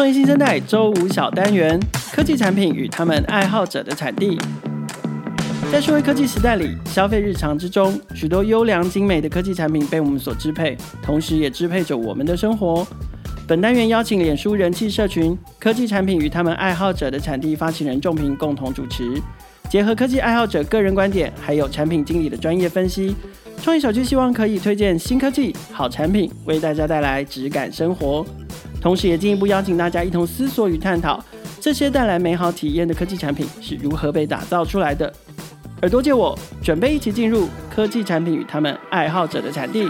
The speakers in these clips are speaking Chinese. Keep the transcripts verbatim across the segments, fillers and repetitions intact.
创业新生代周五小单元，科技产品与他们爱好者的产地。在数位科技时代里，消费日常之中，许多优良精美的科技产品被我们所支配，同时也支配着我们的生活。本单元邀请脸书人气社群科技产品与他们爱好者的产地发起人仲平共同主持，结合科技爱好者个人观点，还有产品经理的专业分析，创业小聚希望可以推荐新科技、好产品，为大家带来质感生活。同时也进一步邀请大家一同思索与探讨，这些带来美好体验的科技产品是如何被打造出来的。耳朵借我，准备一起进入科技产品与他们爱好者的产地。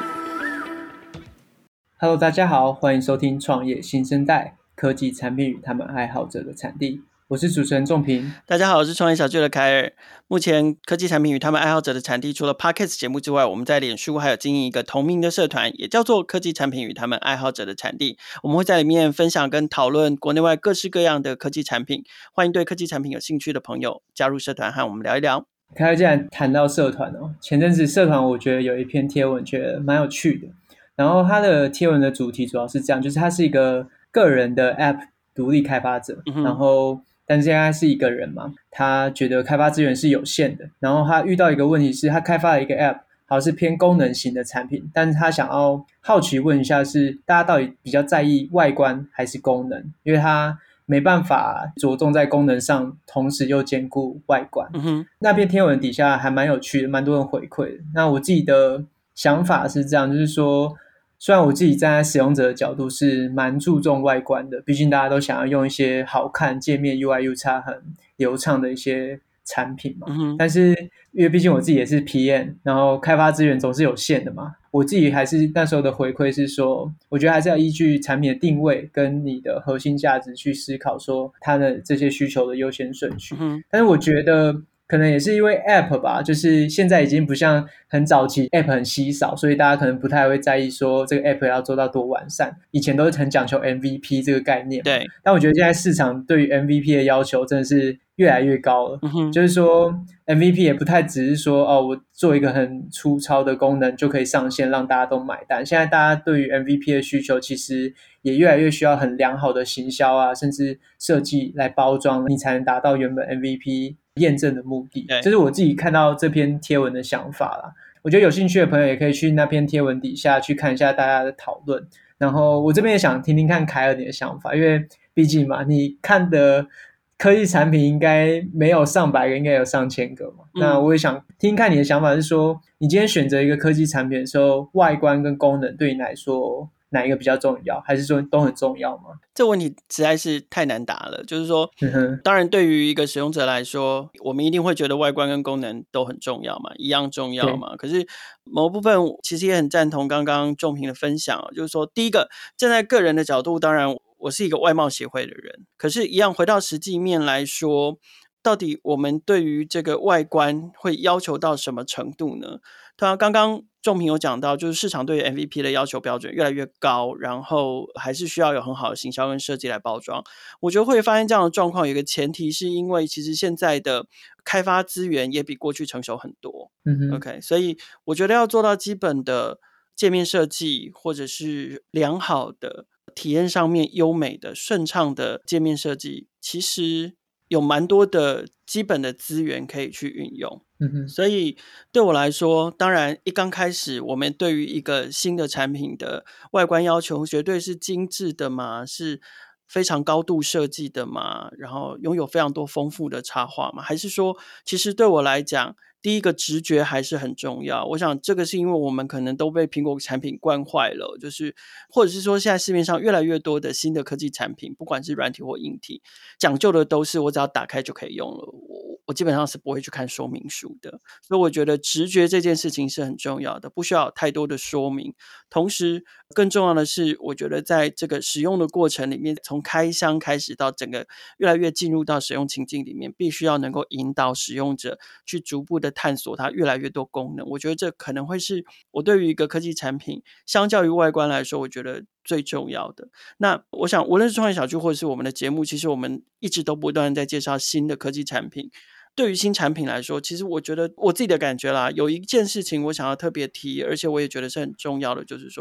Hello， 大家好，欢迎收听创业新生代科技产品与他们爱好者的产地。我是主持人仲平。 大家好，我是创业小聚的凯尔。目前科技产品与他们爱好者的产地，除了 Podcast 节目之外，我们在脸书还有经营一个同名的社团，也叫做科技产品与他们爱好者的产地。我们会在里面分享跟讨论国内外各式各样的科技产品，欢迎对科技产品有兴趣的朋友加入社团和我们聊一聊。 凯尔既然谈到社团哦，前阵子社团我觉得有一篇贴文觉得蛮有趣的，然后它的贴文的主题主要是这样，就是他是一个个人的 App 独立开发者，嗯、然后但是现在是一个人嘛，他觉得开发资源是有限的，然后他遇到一个问题是他开发了一个 App， 好像是偏功能型的产品，但是他想要好奇问一下是大家到底比较在意外观还是功能，因为他没办法着重在功能上，同时又兼顾外观。嗯哼，那篇贴文底下还蛮有趣的，蛮多人回馈的。那我自己的想法是这样，就是说虽然我自己站在使用者的角度是蛮注重外观的，毕竟大家都想要用一些好看界面 U I U X 很流畅的一些产品嘛、嗯、但是因为毕竟我自己也是 P M， 然后开发资源总是有限的嘛，我自己还是那时候的回馈是说，我觉得还是要依据产品的定位跟你的核心价值去思考说它的这些需求的优先顺序、嗯、但是我觉得可能也是因为 App 吧，就是现在已经不像很早期 App 很稀少，所以大家可能不太会在意说这个 App 要做到多完善，以前都是很讲求 M V P 这个概念，对。但我觉得现在市场对于 M V P 的要求真的是越来越高了、嗯、就是说 M V P 也不太只是说哦，我做一个很粗糙的功能就可以上线让大家都买单，现在大家对于 M V P 的需求其实也越来越需要很良好的行销啊，甚至设计来包装，你才能达到原本 M V P 验证的目的。这是我自己看到这篇贴文的想法啦。我觉得有兴趣的朋友也可以去那篇贴文底下去看一下大家的讨论，然后我这边也想听听看凯尔你的想法，因为毕竟嘛，你看的科技产品应该没有上百个，应该有上千个嘛、嗯、那我也想听听看你的想法是说，你今天选择一个科技产品的时候，外观跟功能对你来说哪一个比较重要，还是说都很重要吗？ 这个问题实在是太难答了，就是说、嗯、当然对于一个使用者来说，我们一定会觉得外观跟功能都很重要嘛，一样重要嘛。可是某部分其实也很赞同刚刚仲平的分享，就是说第一个站在个人的角度，当然我是一个外貌协会的人，可是一样回到实际面来说，到底我们对于这个外观会要求到什么程度呢？他刚刚仲平有讲到，就是市场对于 M V P 的要求标准越来越高，然后还是需要有很好的行销跟设计来包装。我觉得会发现这样的状况有一个前提，是因为其实现在的开发资源也比过去成熟很多、嗯、OK， 所以我觉得要做到基本的界面设计，或者是良好的体验上面优美的顺畅的界面设计，其实有蛮多的基本的资源可以去运用、嗯、所以对我来说，当然一刚开始我们对于一个新的产品的外观要求绝对是精致的嘛，是非常高度设计的嘛，然后拥有非常多丰富的插画嘛，还是说其实对我来讲第一个直觉还是很重要。我想这个是因为我们可能都被苹果产品惯坏了，就是或者是说现在市面上越来越多的新的科技产品，不管是软体或硬体，讲究的都是我只要打开就可以用了，我我基本上是不会去看说明书的。所以我觉得直觉这件事情是很重要的，不需要有太多的说明。同时更重要的是，我觉得在这个使用的过程里面，从开箱开始到整个越来越进入到使用情境里面，必须要能够引导使用者去逐步的探索它越来越多功能。我觉得这可能会是我对于一个科技产品相较于外观来说，我觉得最重要的。那我想无论是创业小聚或者是我们的节目，其实我们一直都不断在介绍新的科技产品。对于新产品来说，其实我觉得我自己的感觉啦，有一件事情我想要特别提，而且我也觉得是很重要的，就是说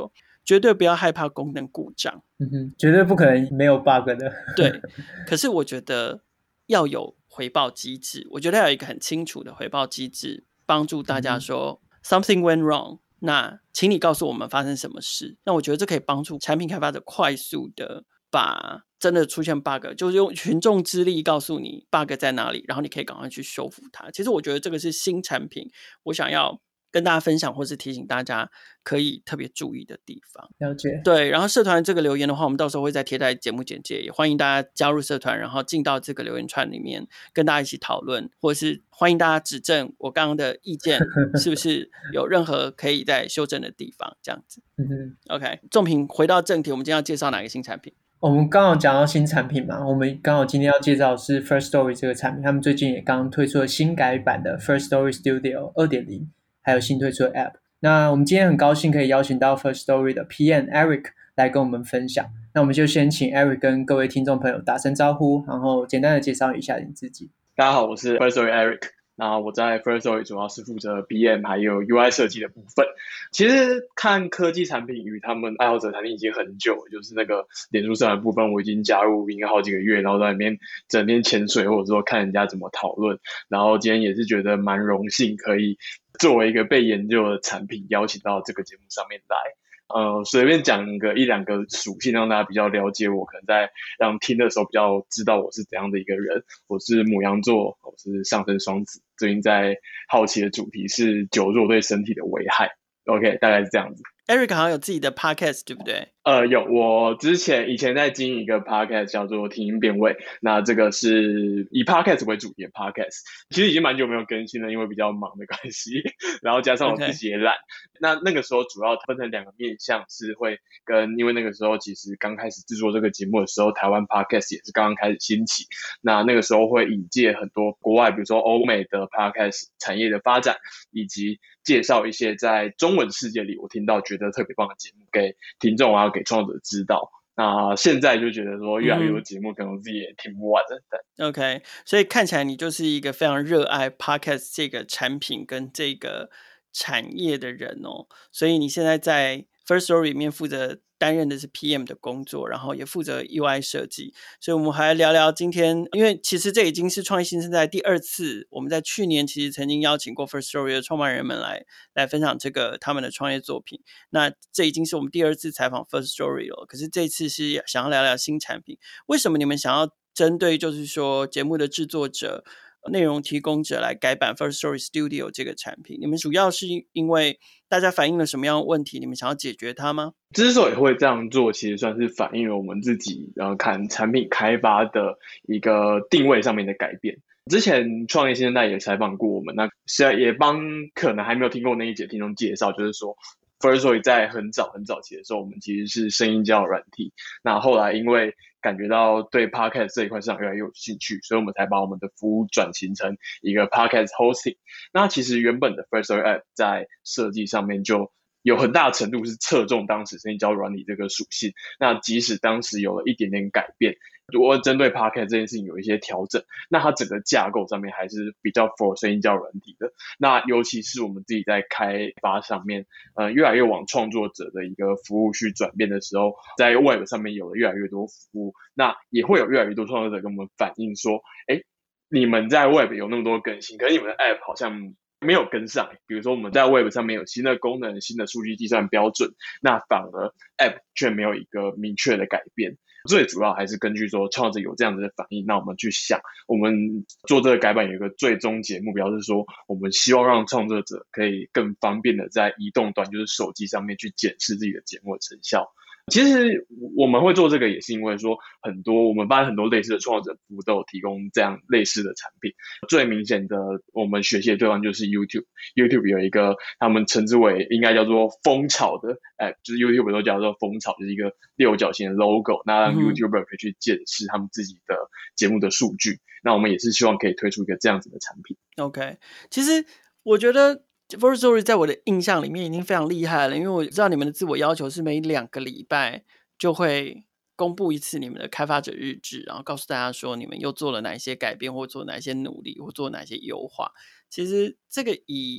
绝对不要害怕功能故障， 嗯哼，绝对不可能没有 bug 的。 对，可是我觉得要有回报机制，我觉得要有一个很清楚的回报机制，帮助大家说、嗯、something went wrong， 那请你告诉我们发生什么事。那我觉得这可以帮助产品开发者快速的把真的出现 bug， 就是用群众之力告诉你 bug 在哪里，然后你可以赶快去修复它。其实我觉得这个是新产品我想要跟大家分享或是提醒大家可以特别注意的地方。 了解。 对，然后社团这个留言的话，我们到时候会再贴在节目简介，也欢迎大家加入社团，然后进到这个留言串里面跟大家一起讨论，或者是欢迎大家指正我刚刚的意见是不是有任何可以再修正的地方，这样子。 嗯、 OK， 仲平回到正题，我们今天要介绍哪个新产品？ 我们刚好讲到新产品嘛，我们刚好今天要介绍的是 Firstory 这个产品，他们最近也刚推出了新改版的 Firstory Studio 二点零， 还有新推出的 App。那我们今天很高兴可以邀请到 Firstory 的 P M Eric 来跟我们分享。那我们就先请 Eric 跟各位听众朋友打声招呼，然后简单的介绍一下你自己。 大家好，我是 Firstory Eric。那我在 Firstory 主要是负责 P M 还有 U I 设计的部分。其实看科技产品与他们爱好者谈已经很久，就是那个脸书上的部分我已经加入应该好几个月，然后在里面整天潜水或者说看人家怎么讨论，然后今天也是觉得蛮荣幸可以作为一个被研究的产品邀请到这个节目上面来。呃，随便讲个一两个属性，让大家比较了解我，可能在让听的时候比较知道我是怎样的一个人。我是牡羊座，我是上升双子，最近在好奇的主题是酒弱对身体的危害。OK， 大概是这样子。 Eric 好像有自己的 podcast 对不对？ 呃，有，我之前以前在经营一个 podcast 叫做听音辨位，那这个是以 podcast 为主题的 podcast， 其实已经蛮久没有更新了，因为比较忙的关系，然后加上我自己也懒。Okay. 那那个时候主要分成两个面向，是会跟，因为那个时候其实刚开始制作这个节目的时候，台湾 podcast 也是刚刚开始兴起，那那个时候会引介很多国外，比如说欧美的 podcast 产业的发展，以及介绍一些在中文世界里我听到觉得特别棒的节目给听众啊，给创作者知道。那现在就觉得说越来越多节目可能自己也听不完的、 嗯、OK， 所以看起来你就是一个非常热爱 podcast 这个产品跟这个产业的人哦，所以你现在在 Firstory 里面负责担任的是 P M 的工作，然后也负责 U I 设计。所以我们还聊聊今天，因为其实这已经是创业新生代第二次，我们在去年其实曾经邀请过 Firstory 的创办人们来来分享这个他们的创业作品，那这已经是我们第二次采访 Firstory 了。可是这次是想要聊聊新产品，为什么你们想要针对就是说节目的制作者、内容提供者来改版 Firstory Studio 这个产品？你们主要是因为大家反映了什么样的问题，你们想要解决它吗？ 之所以会这样做，其实算是反映了我们自己然后看产品开发的一个定位上面的改变。之前创业新生代也采访过我们，那现在也帮可能还没有听过那一节听众介绍，就是说Firstory 在很早很早期的时候，我们其实是声音交友软体。那后来因为感觉到对 Podcast 这一块市场越来越有兴趣，所以我们才把我们的服务转型成一个 Podcast Hosting。那其实原本的 Firstory App 在设计上面就有很大程度是侧重当时声音交友软体这个属性。那即使当时有了一点点改变，如果针对 Podcast 这件事情有一些调整，那它整个架构上面还是比较 for 声音交友软体的。那尤其是我们自己在开发上面，呃，越来越往创作者的一个服务去转变的时候，在 Web 上面有了越来越多服务，那也会有越来越多创作者跟我们反映说，诶，你们在 Web 有那么多更新，可是你们的 App 好像没有跟上。比如说我们在 Web 上面有新的功能、新的数据计算标准，那反而 App 却没有一个明确的改变。最主要还是根据说创作者有这样子的反应，那我们去想，我们做这个改版有一个最终结目标是说，我们希望让创作者可以更方便的在移动端，就是手机上面去检视自己的节目的成效。其实我们会做这个也是因为说，很多我们发现很多类似的创作者服务都有提供这样类似的产品。最明显的我们学习的对象就是 YouTube。 YouTube 有一个他们称之为应该叫做蜂巢的 App， 就是 YouTube 都叫做蜂巢，就是一个六角形的 logo， 那让 YouTuber 可以去检视他们自己的节目的数据。那我们也是希望可以推出一个这样子的产品。 OK， 其实我觉得Firstory 在我的印象里面已经非常厉害了，因为我知道你们的自我要求是每两个礼拜就会公布一次你们的开发者日志，然后告诉大家说你们又做了哪些改变，或做哪些努力，或做哪些优化。其实这个以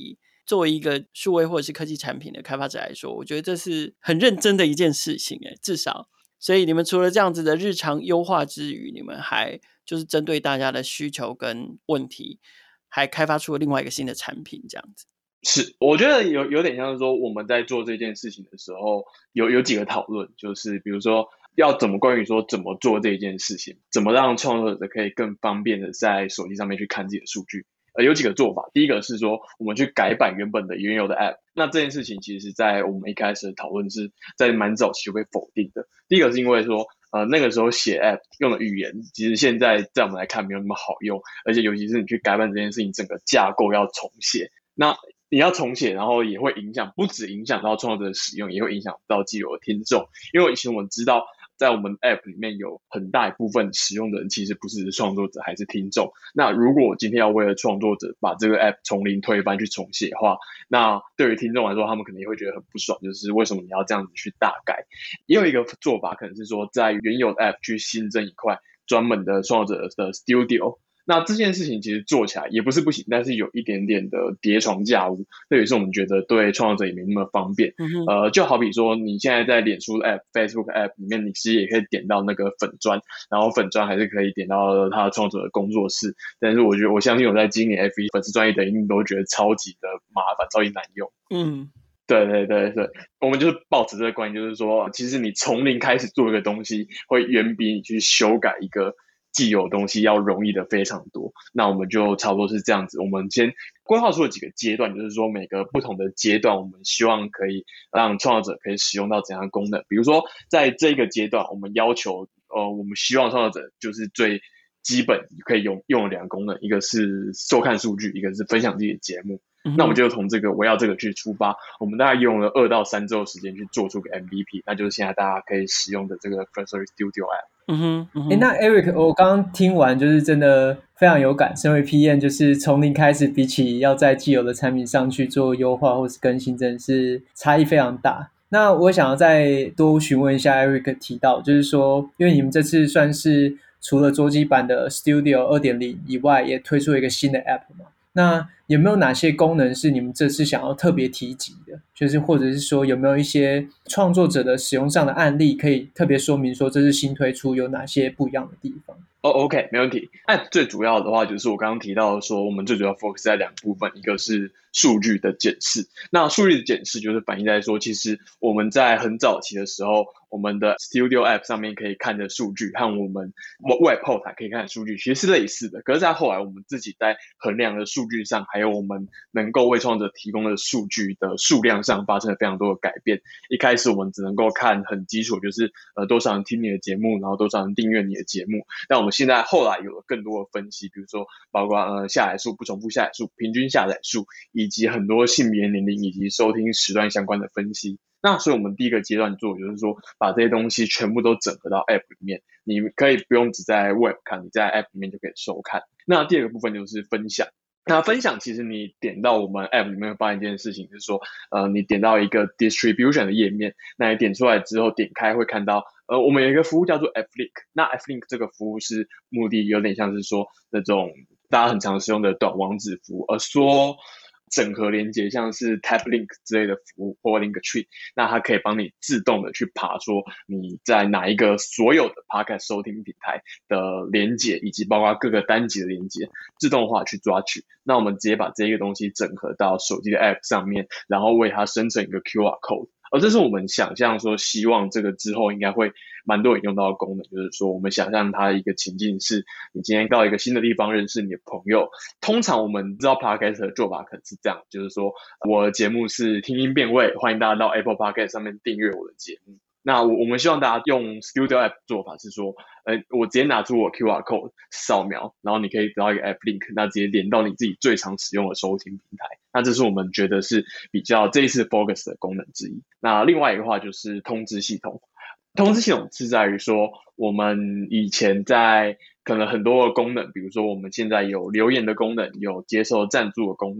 作为一个数位或者是科技产品的开发者来说，我觉得这是很认真的一件事情诶，至少。所以你们除了这样子的日常优化之余，你们还就是针对大家的需求跟问题，还开发出了另外一个新的产品这样子。 是，我觉得有有点像是说我们在做这件事情的时候，有有几个讨论，就是比如说要怎么关于说怎么做这件事情，怎么让创作者可以更方便的在手机上面去看自己的数据。呃，有几个做法，第一个是说我们去改版原本的原有的 App， 那这件事情其实在我们一开始的讨论是在蛮早期就被否定的。第一个是因为说呃那个时候写 App 用的语言，其实现在在我们来看没有那么好用，而且尤其是你去改版这件事情，整个架构要重写，那你要重写，然后也会影响，不止影响到创作者的使用，也会影响到既有的听众。因为以前我们知道，在我们 App 里面有很大一部分使用的人其实不是创作者，还是听众。那如果我今天要为了创作者把这个 App 从零推翻去重写的话，那对于听众来说，他们可能也会觉得很不爽，就是为什么你要这样子去大改？也有一个做法，可能是说在原有的 App 去新增一块专门的创作者的 Studio。那这件事情其实做起来也不是不行，但是有一点点的叠床架屋，这也是我们觉得对创作者也没那么方便。嗯、呃，就好比说你现在在脸书 App、Facebook App 里面，你其实也可以点到那个粉专，然后粉专还是可以点到他的创作者的工作室。但是我觉得我相信我在经营 F 一 粉丝专业的一定都觉得超级的麻烦，超级难用。嗯。对对对对，我们就是抱持这个观念，就是说，其实你从零开始做一个东西，会远比你去修改一个既有东西要容易的非常多。那我们就差不多是这样子，我们先规划出了几个阶段，就是说每个不同的阶段，我们希望可以让创作者可以使用到怎样的功能。比如说，在这个阶段，我们要求，呃，我们希望创作者就是最基本可以用用的两个功能，一个是收看数据，一个是分享自己的节目。那我们就从这个我要这个去出发，我们大概用了二到三周的时间去做出个 M V P， 那就是现在大家可以使用的这个 Firstory Studio App。 嗯哼，嗯哼欸、那 Eric， 我刚刚听完就是真的非常有感。身为 P M， 就是从零开始，比起要在既有的产品上去做优化或是更新，真的是差异非常大。那我想要再多询问一下 Eric 提到，就是说，因为你们这次算是除了桌机版的 Studio 二点零 以外，也推出了一个新的 App 嘛？那有没有哪些功能是你们这次想要特别提及的？就是或者是说有没有一些创作者的使用上的案例可以特别说明说这次新推出有哪些不一样的地方？ 哦、oh, ，OK， 没问题。App 最主要的话就是我刚刚提到的说，我们最主要 focus 在两部分，一个是数据的检视。那数据的检视就是反映在说，其实我们在很早期的时候，我们的 Studio App 上面可以看的数据和我们 Web 后台可以看的数据其实是类似的。可是在后来我们自己在衡量的数据上，还有我们能够为创作者提供的数据的数量上发生了非常多的改变。一开始我们只能够看很基础，就是呃多少人听你的节目，然后多少人订阅你的节目。但我们现在后来有了更多的分析，比如说包括呃下载数、不重复下载数、平均下载数，以及很多性别、年龄以及收听时段相关的分析。那所以我们第一个阶段做就是说把这些东西全部都整合到 App 里面，你可以不用只在 Web 看，你在 App 里面就可以收看。那第二个部分就是分享。那分享其实你点到我们 App 里面会发现一件事情，就是说呃，你点到一个 distribution 的页面，那你点出来之后点开会看到呃，我们有一个服务叫做 F-Link， 那 F-Link 这个服务是目的有点像是说那种大家很常使用的短网址服务，而说整合连接像是 TapLink 之类的服务或 Linktree， 那它可以帮你自动的去爬说你在哪一个所有的 Podcast 收听平台的连接，以及包括各个单集的连接，自动化去抓取。那我们直接把这个东西整合到手机的 App 上面，然后为它生成一个 Q R code。而这是我们想象说，希望这个之后应该会蛮多人用到的功能，就是说我们想象它一个情境是，你今天到一个新的地方认识你的朋友。通常我们知道 Podcast 的做法可能是这样，就是说我的节目是听音辨位，欢迎大家到 Apple Podcast 上面订阅我的节目。那我我们希望大家用 Studio App 做法是说，呃，我直接拿出我 Q R code 扫描，然后你可以得到一个 App Link， 那直接连到你自己最常使用的收听平台。那这是我们觉得是比较这一次 Focus 的功能之一。那另外一个话就是通知系统。通知系统是在于说，我们以前在可能很多的功能，比如说我们现在有留言的功能，有接受赞助的功能。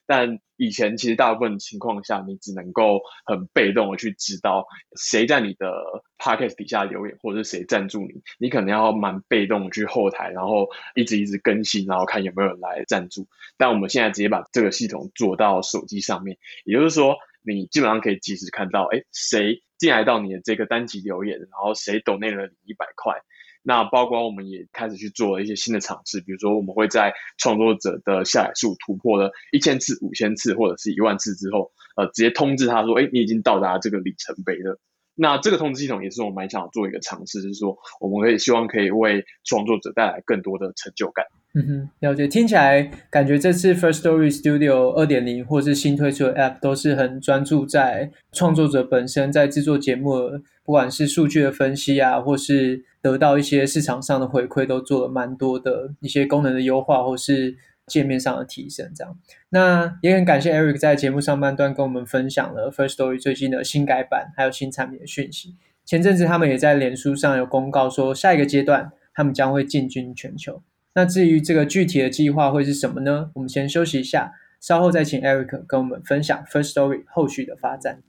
但以前其实大部分情况下，你只能够很被动的去知道谁在你的 podcast 底下留言，或者是谁赞助你，你可能要蛮被动的去后台，然后一直一直更新，然后看有没有人来赞助。但我们现在直接把这个系统做到手机上面，也就是说你基本上可以及时看到，哎，谁进来到你的这个单集留言，然后谁donate了你一百块。那包括我们也开始去做了一些新的尝试，比如说我们会在创作者的下载数突破了一千次、五千次或者是一万次之后，呃，直接通知他说，哎，你已经到达这个里程碑了。那这个通知系统也是我们蛮想做一个尝试，就是说我们可以希望可以为创作者带来更多的成就感。 嗯哼，了解。听起来感觉这次 Firstory Studio 二点零 或是新推出的 App 都是很专注在创作者本身在制作节目的，不管是数据的分析啊，或是得到一些市场上的回馈，都做了蛮多的一些功能的优化或是界面上的提升这样。那也很感谢 Eric 在节目上半段跟我们分享了 Firstory 最近的新改版还有新产品的讯息。前阵子他们也在脸书上有公告说下一个阶段他们将会进军全球。那至于这个具体的计划会是什么呢？我们先休息一下，稍后再请 Eric 跟我们分享 Firstory 后续的发展。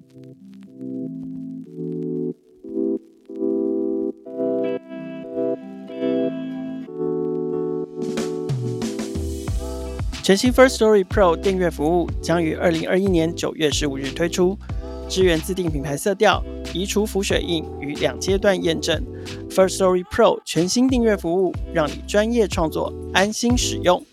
全新 Firstory Pro 订阅服务将于二零二一年九月十五日推出，支援自定品牌色调、移除浮水印与两阶段验证。Firstory Pro 全新订阅服务，让你专业创作，安心使用。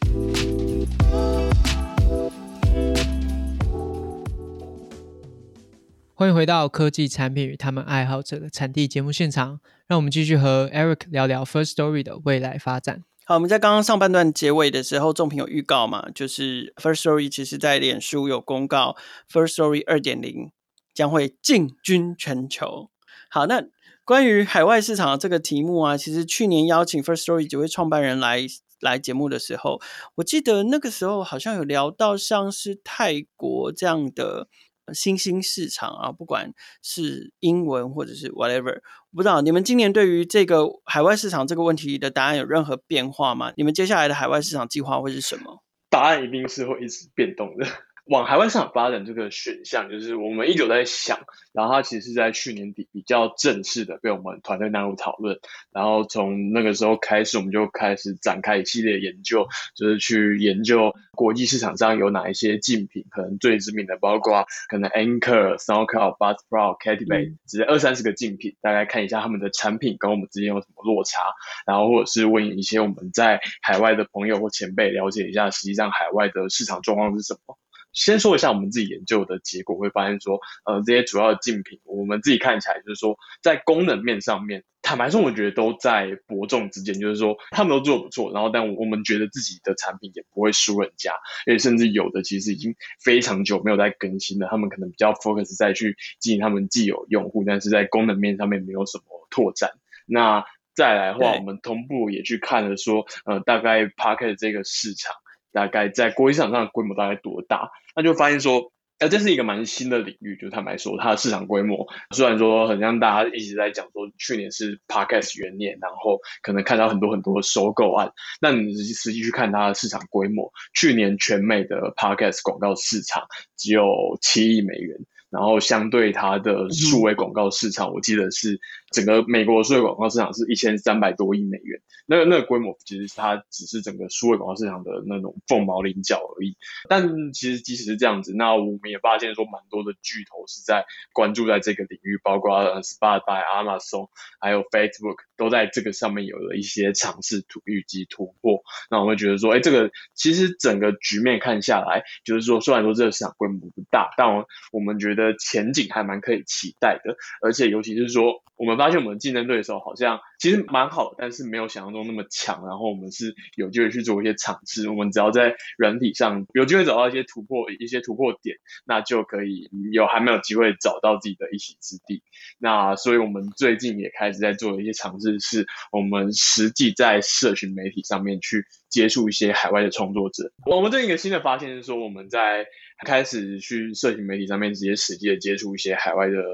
欢迎回到科技产品与他们爱好者的产地节目现场，让我们继续和 Eric 聊聊 Firstory 的未来发展。 好，我们在刚刚上半段结尾的时候，仲平有预告嘛，就是 Firstory 其实在脸书有公告 Firstory 二点零 将会进军全球。好，那关于海外市场的这个题目啊，其实去年邀请 Firstory 几位创办人来来节目的时候，我记得那个时候好像有聊到像是泰国这样的新兴市场啊，不管是英文或者是 whatever， 我不知道你们今年对于这个海外市场这个问题的答案有任何变化吗？你们接下来的海外市场计划会是什么？ 答案一定是会一直变动的。往海外市场发展这个选项，就是我们一直在想，然后它其实是在去年底比较正式的被我们团队纳入讨论，然后从那个时候开始，我们就开始展开一系列研究，就是去研究国际市场上有哪一些竞品，可能最知名的包括可能 Anchor、SoundCloud、Buzzsprout、Captivate 直接二三十个竞品，大概看一下他们的产品跟我们之间有什么落差，然后或者是问一些我们在海外的朋友或前辈，了解一下实际上海外的市场状况是什么。先说一下我们自己研究的结果，会发现说，呃，这些主要的竞品，我们自己看起来就是说，在功能面上面，坦白说，我觉得都在伯仲之间，就是说他们都做得不错，然后但我们觉得自己的产品也不会输人家，因为甚至有的其实已经非常久没有在更新了，他们可能比较 focus 在去经营他们既有用户，但是在功能面上面没有什么拓展。那再来的话，我们同步也去看了说，呃，大概 Podcast 这个市场。大概在国际市场上的规模大概多大，那就发现说呃，这是一个蛮新的领域，就是坦白说它的市场规模虽然说很像大家一直在讲说去年是 Podcast 元年，然后可能看到很多很多的收购案，那你实际去看它的市场规模，去年全美的 Podcast 广告市场只有七亿美元，然后相对它的数位广告市场，我记得是整个美国数位广告市场是一千三百多亿美元，那个那个规模其实它只是整个数位广告市场的那种凤毛麟角而已。但其实即使是这样子，那我们也发现说蛮多的巨头是在关注在这个领域，包括 Spotify、Amazon 还有 Facebook 都在这个上面有了一些尝试以及突破。那我会觉得说，哎，这个其实整个局面看下来，就是说虽然说这个市场规模不大，但我们觉得前景还蛮可以期待的，而且尤其是说我们发现我们的竞争对手好像其实蛮好的，但是没有想象中那么强，然后我们是有机会去做一些尝试，我们只要在软体上有机会找到一些突破一些突破点，那就可以有还没有机会找到自己的一席之地。那所以我们最近也开始在做一些尝试，是我们实际在社群媒体上面去接触一些海外的创作者。我们这一个新的发现是说，我们在开始去社群媒体上面直接实际的接触一些海外的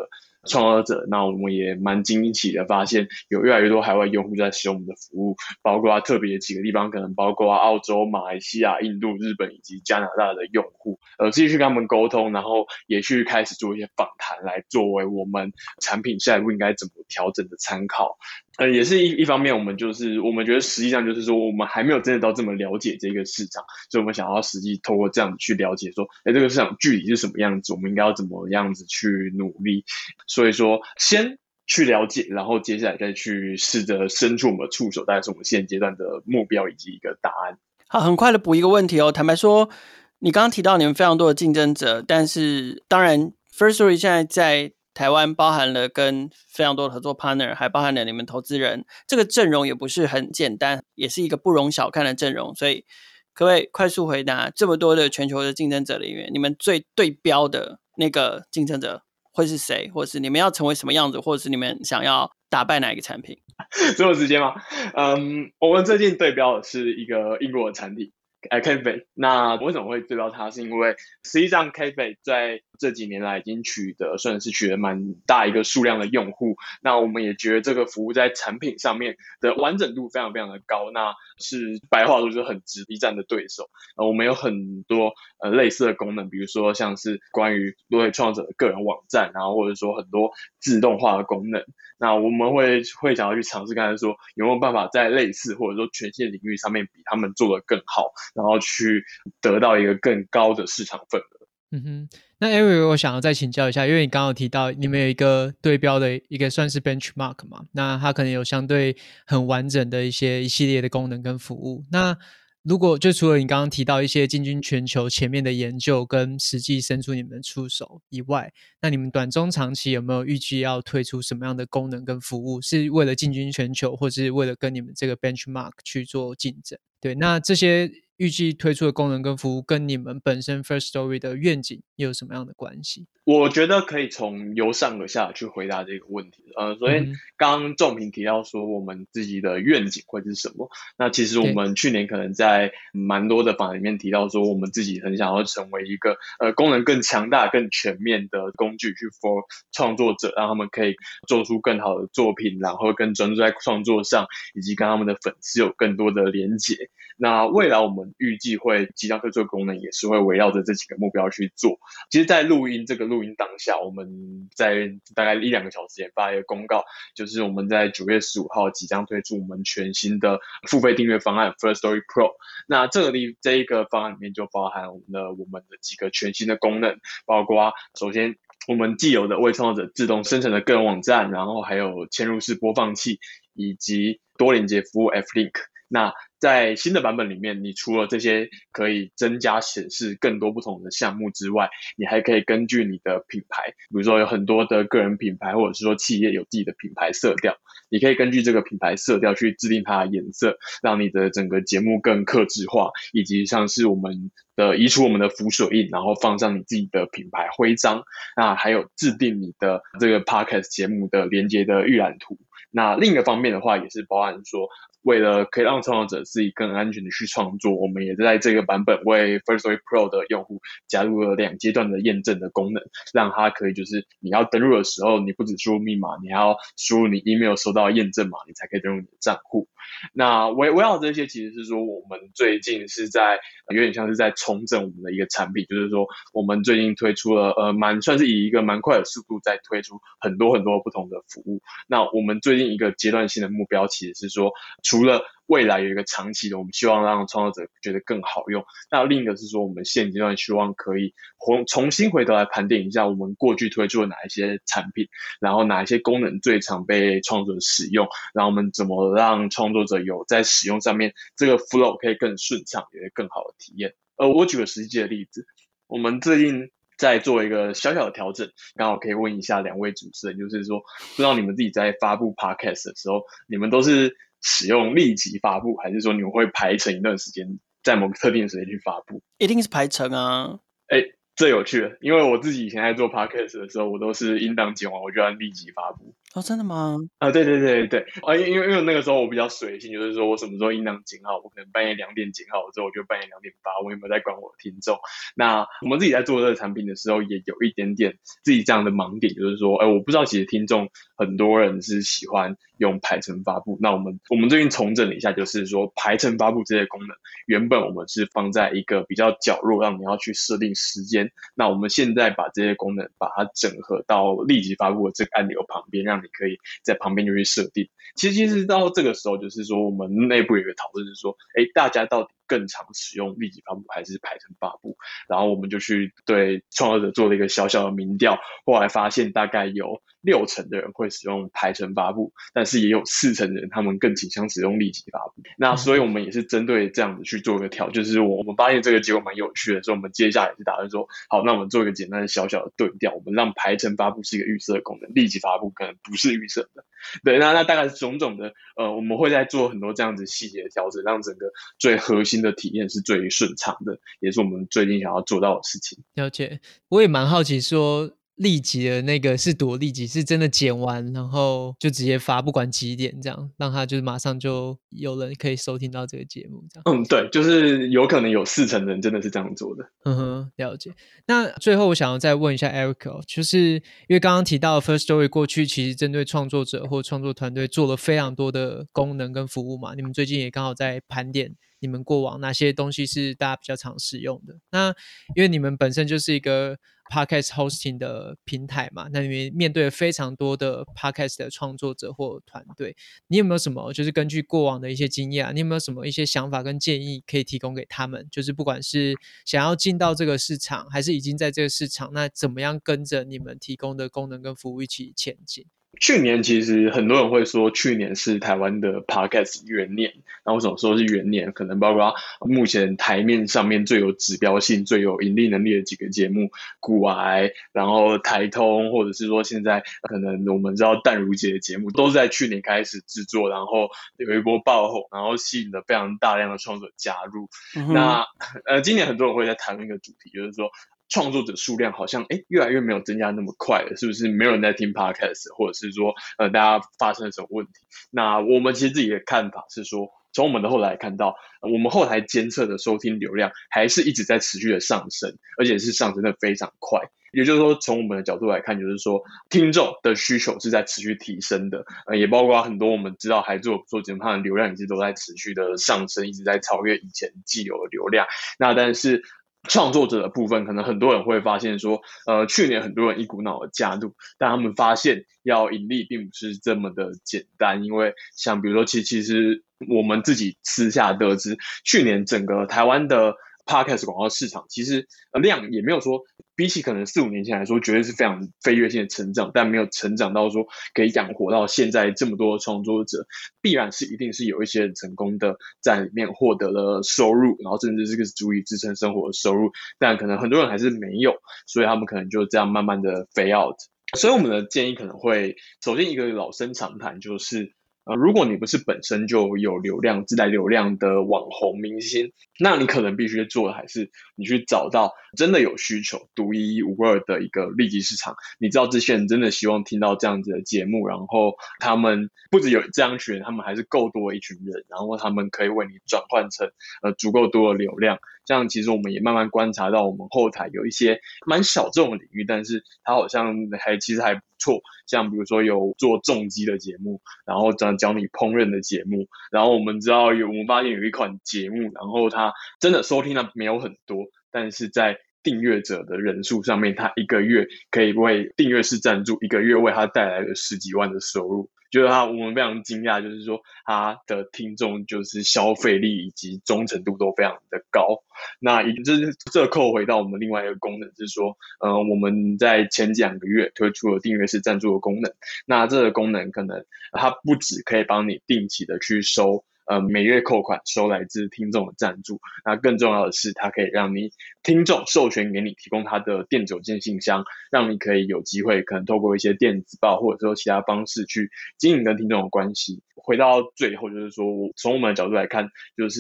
创作者，那我们也蛮惊奇的发现，有越来越多海外用户在使用我们的服务，包括特别几个地方，可能包括澳洲、马来西亚、印度、日本以及加拿大的用户，呃，继续跟他们沟通，然后也去开始做一些访谈，来作为我们产品下一步应该怎么调整的参考。呃，也是一一方面，我们就是我们觉得实际上就是说，我们还没有真的到这么了解这个市场，所以我们想要实际透过这样子去了解，说，哎，这个市场具体是什么样子，我们应该要怎么样子去努力。所以说，先去了解，然后接下来再去试着伸出我们的触手，大概是我们现阶段的目标以及一个答案。 好，很快的补一个问题哦。坦白说，你刚刚提到你们非常多的竞争者，但是当然 Firstory 现在在台湾包含了跟非常多的合作 partner， 还包含了你们投资人，这个阵容也不是很简单，也是一个不容小看的阵容。所以可不可以快速回答，这么多的全球的竞争者里面，你们最对标的那个竞争者会是谁？或者是你们要成为什么样子？或者是你们想要打败哪一个产品？ 只有时间吗？嗯，我们最近对标的是一个英国的产品。呃 Cafe， 那为什么会对标它？是因为实际上 Cafe 在这几年来已经取得算是取得蛮大一个数量的用户，那我们也觉得这个服务在产品上面的完整度非常非常的高，那是白话说就是很值一战的对手。呃，我们有很多呃类似的功能，比如说像是关于多位创作者的个人网站，然后或者说很多自动化的功能，那我们会会想要去尝试看看说有没有办法在类似或者说全新的领域上面比他们做得更好，然后去得到一个更高的市场份额。 嗯哼，那 Eric 我想要再请教一下，因为你刚刚有提到你们有一个对标的一个算是 benchmark 嘛，那它可能有相对很完整的一些一系列的功能跟服务。那如果就除了你刚刚提到一些进军全球前面的研究跟实际伸出你们的触手以外，那你们短中长期有没有预计要推出什么样的功能跟服务，是为了进军全球，或是为了跟你们这个 benchmark 去做竞争？对，那这些预计推出的功能跟服务跟你们本身 Firstory 的愿景有什么样的关系？ 我觉得可以从由上而下去回答这个问题。呃，首先刚刚仲平提到说我们自己的愿景会是什么，那其实我们去年可能在蛮多的访谈里面提到说我们自己很想要成为一个呃功能更强大更全面的工具，去 for 创作者，让他们可以做出更好的作品，然后更专注在创作上，以及跟他们的粉丝有更多的连结。那未来我们预计会即将推出的功能也是会围绕着这几个目标去做。其实在录音这个录音当下，我们在大概一两个小时前发一个公告，就是我们在九月十五号即将推出我们全新的付费订阅方案 Firstory Pro。那这个这一个方案里面就包含我们的我们的几个全新的功能，包括首先我们既有的为创作者自动生成的个人网站，然后还有嵌入式播放器，以及多连结服务 F-Link。那在新的版本里面，你除了这些可以增加显示更多不同的项目之外，你还可以根据你的品牌，比如说有很多的个人品牌或者是说企业有自己的品牌色调，你可以根据这个品牌色调去制定它的颜色，让你的整个节目更客制化，以及像是我们的移除我们的浮水印，然后放上你自己的品牌徽章，那还有制定你的这个 podcast 节目的连结的预览图。那另一个方面的话，也是包含说为了可以让创作者自己更安全的去创作，我们也在这个版本为 Firstory Pro 的用户加入了两阶段的验证的功能，让它可以就是你要登录的时候，你不只输入密码，你还要输入你 email 收到验证码，你才可以登录你的账户。那围围绕这些，其实是说我们最近是在有点像是在重整我们的一个产品，就是说我们最近推出了呃蛮算是以一个蛮快的速度在推出很多很多不同的服务。那我们最近一个阶段性的目标其实是说，除了未来有一个长期的，我们希望让创作者觉得更好用。那另一个是说，我们现阶段希望可以重新回头来盘点一下我们过去推出的哪一些产品，然后哪一些功能最常被创作者使用，然后我们怎么让创作者有在使用上面这个 flow 可以更顺畅，有一个更好的体验。呃，我举个实际的例子，我们最近在做一个小小的调整，刚好可以问一下两位主持人，就是说，不知道你们自己在发布 podcast 的时候，你们都是使用立即发布，还是说你们会排成一段时间，在某个特定的时间去发布？ 一定是排成啊！ 哎，这有趣了，因为我自己以前在做 podcast 的时候，我都是音档剪完我就要立即发布。 哦，真的吗？ 啊，对对对对，啊，因为因为那个时候我比较随性，就是说我什么时候音量紧好，我可能半夜两点紧好之后，我就半夜两点发，我有没有在管我的听众？那我们自己在做这个产品的时候，也有一点点自己这样的盲点，就是说，哎，我不知道其实听众很多人是喜欢用排程发布。那我们我们最近重整了一下，就是说排程发布这些功能，原本我们是放在一个比较角落，让你要去设定时间。那我们现在把这些功能把它整合到立即发布的这个按钮旁边，让你可以在旁边就去设定。其实其实到这个时候，就是说我们内部有一个讨论，是说，哎，大家到底更常使用立即发布还是排程发布？然后我们就去对创作者做了一个小小的民调，后来发现大概有六成的人会使用排程发布，但是也有四成的人他们更倾向使用立即发布。那所以我们也是针对这样子去做一个调，就是我我们发现这个结果蛮有趣的，所以我们接下来是打算说，好，那我们做一个简单的小小的对调，我们让排程发布是一个预设的功能，立即发布可能不是预设的。对，那那大概是种种的，呃，我们会在做很多这样子细节的调整，让整个最核心的体验是最顺畅的，也是我们最近想要做到的事情。 了解，我也蛮好奇说，立即的那个是多立即，是真的剪完然后就直接发，不管几点这样，让他就是马上就有人可以收听到这个节目这样。 嗯，对，就是有可能有四成人真的是这样做的。 嗯哼，了解。那最后我想要再问一下 Eric 哦，就是因为刚刚提到 First Story 过去其实针对创作者或创作团队做了非常多的功能跟服务嘛，你们最近也刚好在盘点你们过往哪些东西是大家比较常使用的。那因为你们本身就是一个 podcast hosting 的平台嘛，那你们面对了非常多的 podcast 的创作者或团队，你有没有什么就是根据过往的一些经验啊，你有没有什么一些想法跟建议可以提供给他们，就是不管是想要进到这个市场还是已经在这个市场，那怎么样跟着你们提供的功能跟服务一起前进？ 去年其实很多人会说去年是台湾的 podcast 元年，那为什么说是元年？可能包括目前台面上面最有指标性、最有盈利能力的几个节目，股癌，然后台通，或者是说现在可能我们知道淡如姐的节目，都是在去年开始制作，然后有一波爆红，然后吸引了非常大量的创作者加入。嗯、那呃，今年很多人会在谈一个主题，就是说，创作者数量好像诶越来越没有增加那么快了，是不是没有人在听 podcast， 或者是说呃大家发生了什么问题？那我们其实自己的看法是说，从我们的后台看到，呃、我们后台监测的收听流量还是一直在持续的上升，而且是上升的非常快。也就是说，从我们的角度来看，就是说听众的需求是在持续提升的，呃，也包括很多我们知道还做做节目，它的流量一直都在持续的上升，一直在超越以前既有的流量。那但是创作者的部分，可能很多人会发现说，呃，去年很多人一股脑的加入，但他们发现要盈利并不是这么的简单，因为像比如说，其其实我们自己私下得知，去年整个台湾的 podcast 广告市场其实量也没有说比起可能四五年前来说绝对是非常飞跃性的成长，但没有成长到说可以养活到现在这么多的创作者，必然是一定是有一些人成功的在里面获得了收入，然后甚至是个足以支撑生活的收入，但可能很多人还是没有，所以他们可能就这样慢慢的 fade out。所以我们的建议可能会，首先一个老生常谈就是，呃，如果你不是本身就有流量、自带流量的网红明星，那你可能必须做的还是你去找到真的有需求、独一无二的一个利基市场。你知道这些人真的希望听到这样子的节目，然后他们不只有这样一群人，他们还是够多的一群人，然后他们可以为你转换成呃足够多的流量。这样其实我们也慢慢观察到，我们后台有一些蛮小众的领域，但是它好像还其实还不错。像比如说有做重机的节目，然后教教你烹饪的节目，然后我们知道有我们发现有一款节目，然后它真的收听量没有很多，但是在订阅者的人数上面，它一个月可以为订阅式赞助，一个月为它带来了十几万的收入。就是他，我们非常惊讶，就是说他的听众就是消费力以及忠诚度都非常的高。那也就是这扣回到我们另外一个功能是说，呃，我们在前两个月推出了订阅式赞助的功能。那这个功能可能它不只可以帮你定期的去收。呃，每月扣款收来自听众的赞助，那更重要的是，它可以让你听众授权给你提供他的电子邮件信箱，让你可以有机会可能透过一些电子报或者说其他方式去经营跟听众的关系。回到最后就是说，从我们的角度来看，就是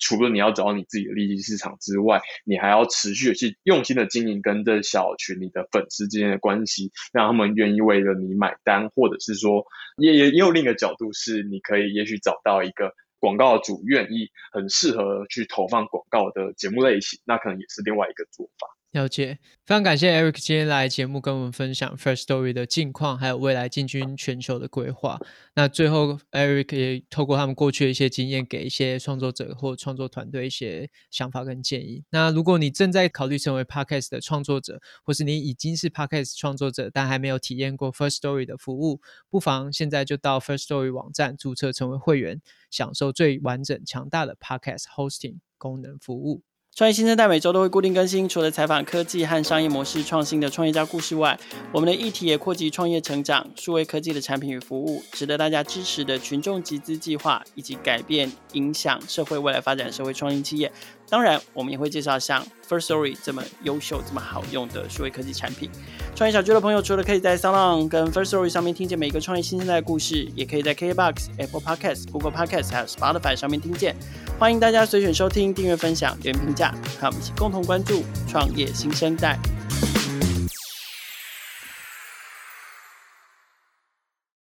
除了你要找到你自己的利基市场之外，你还要持续的去用心的经营跟这小群你的粉丝之间的关系，让他们愿意为了你买单，或者是说也也也有另一个角度是你可以也许找到一个广告主愿意很适合去投放广告的节目类型，那可能也是另外一个做法。 了解，非常感谢 Eric 今天来节目跟我们分享 Firstory 的近况，还有未来进军全球的规划。那最后 Eric 也透过他们过去的一些经验，给一些创作者或创作团队一些想法跟建议。那如果你正在考虑成为 Podcast 的创作者，或是你已经是 Podcast 创作者，但还没有体验过 Firstory 的服务，不妨现在就到 Firstory 网站注册成为会员，享受最完整强大的 Podcast Hosting 功能服务。 创业新生代每周都会固定更新，除了采访科技和商业模式创新的创业家故事外，我们的议题也扩及创业成长、数位科技的产品与服务，值得大家支持的群众集资计划，以及改变影响社会未来发展的社会创新企业。当然我们也会介绍像 Firstory 这么优秀这么好用的数位科技产品。创业小聚的朋友除了可以在 SoundOn 跟 Firstory 上面听见每一个创业新生代的故事，也可以在 K K B O X、 Apple Podcast、Google Podcast 还有 Spotify 上面听见。欢迎大家随选收听、订阅、分享、留言评价，和我们一起共同关注创业新生代。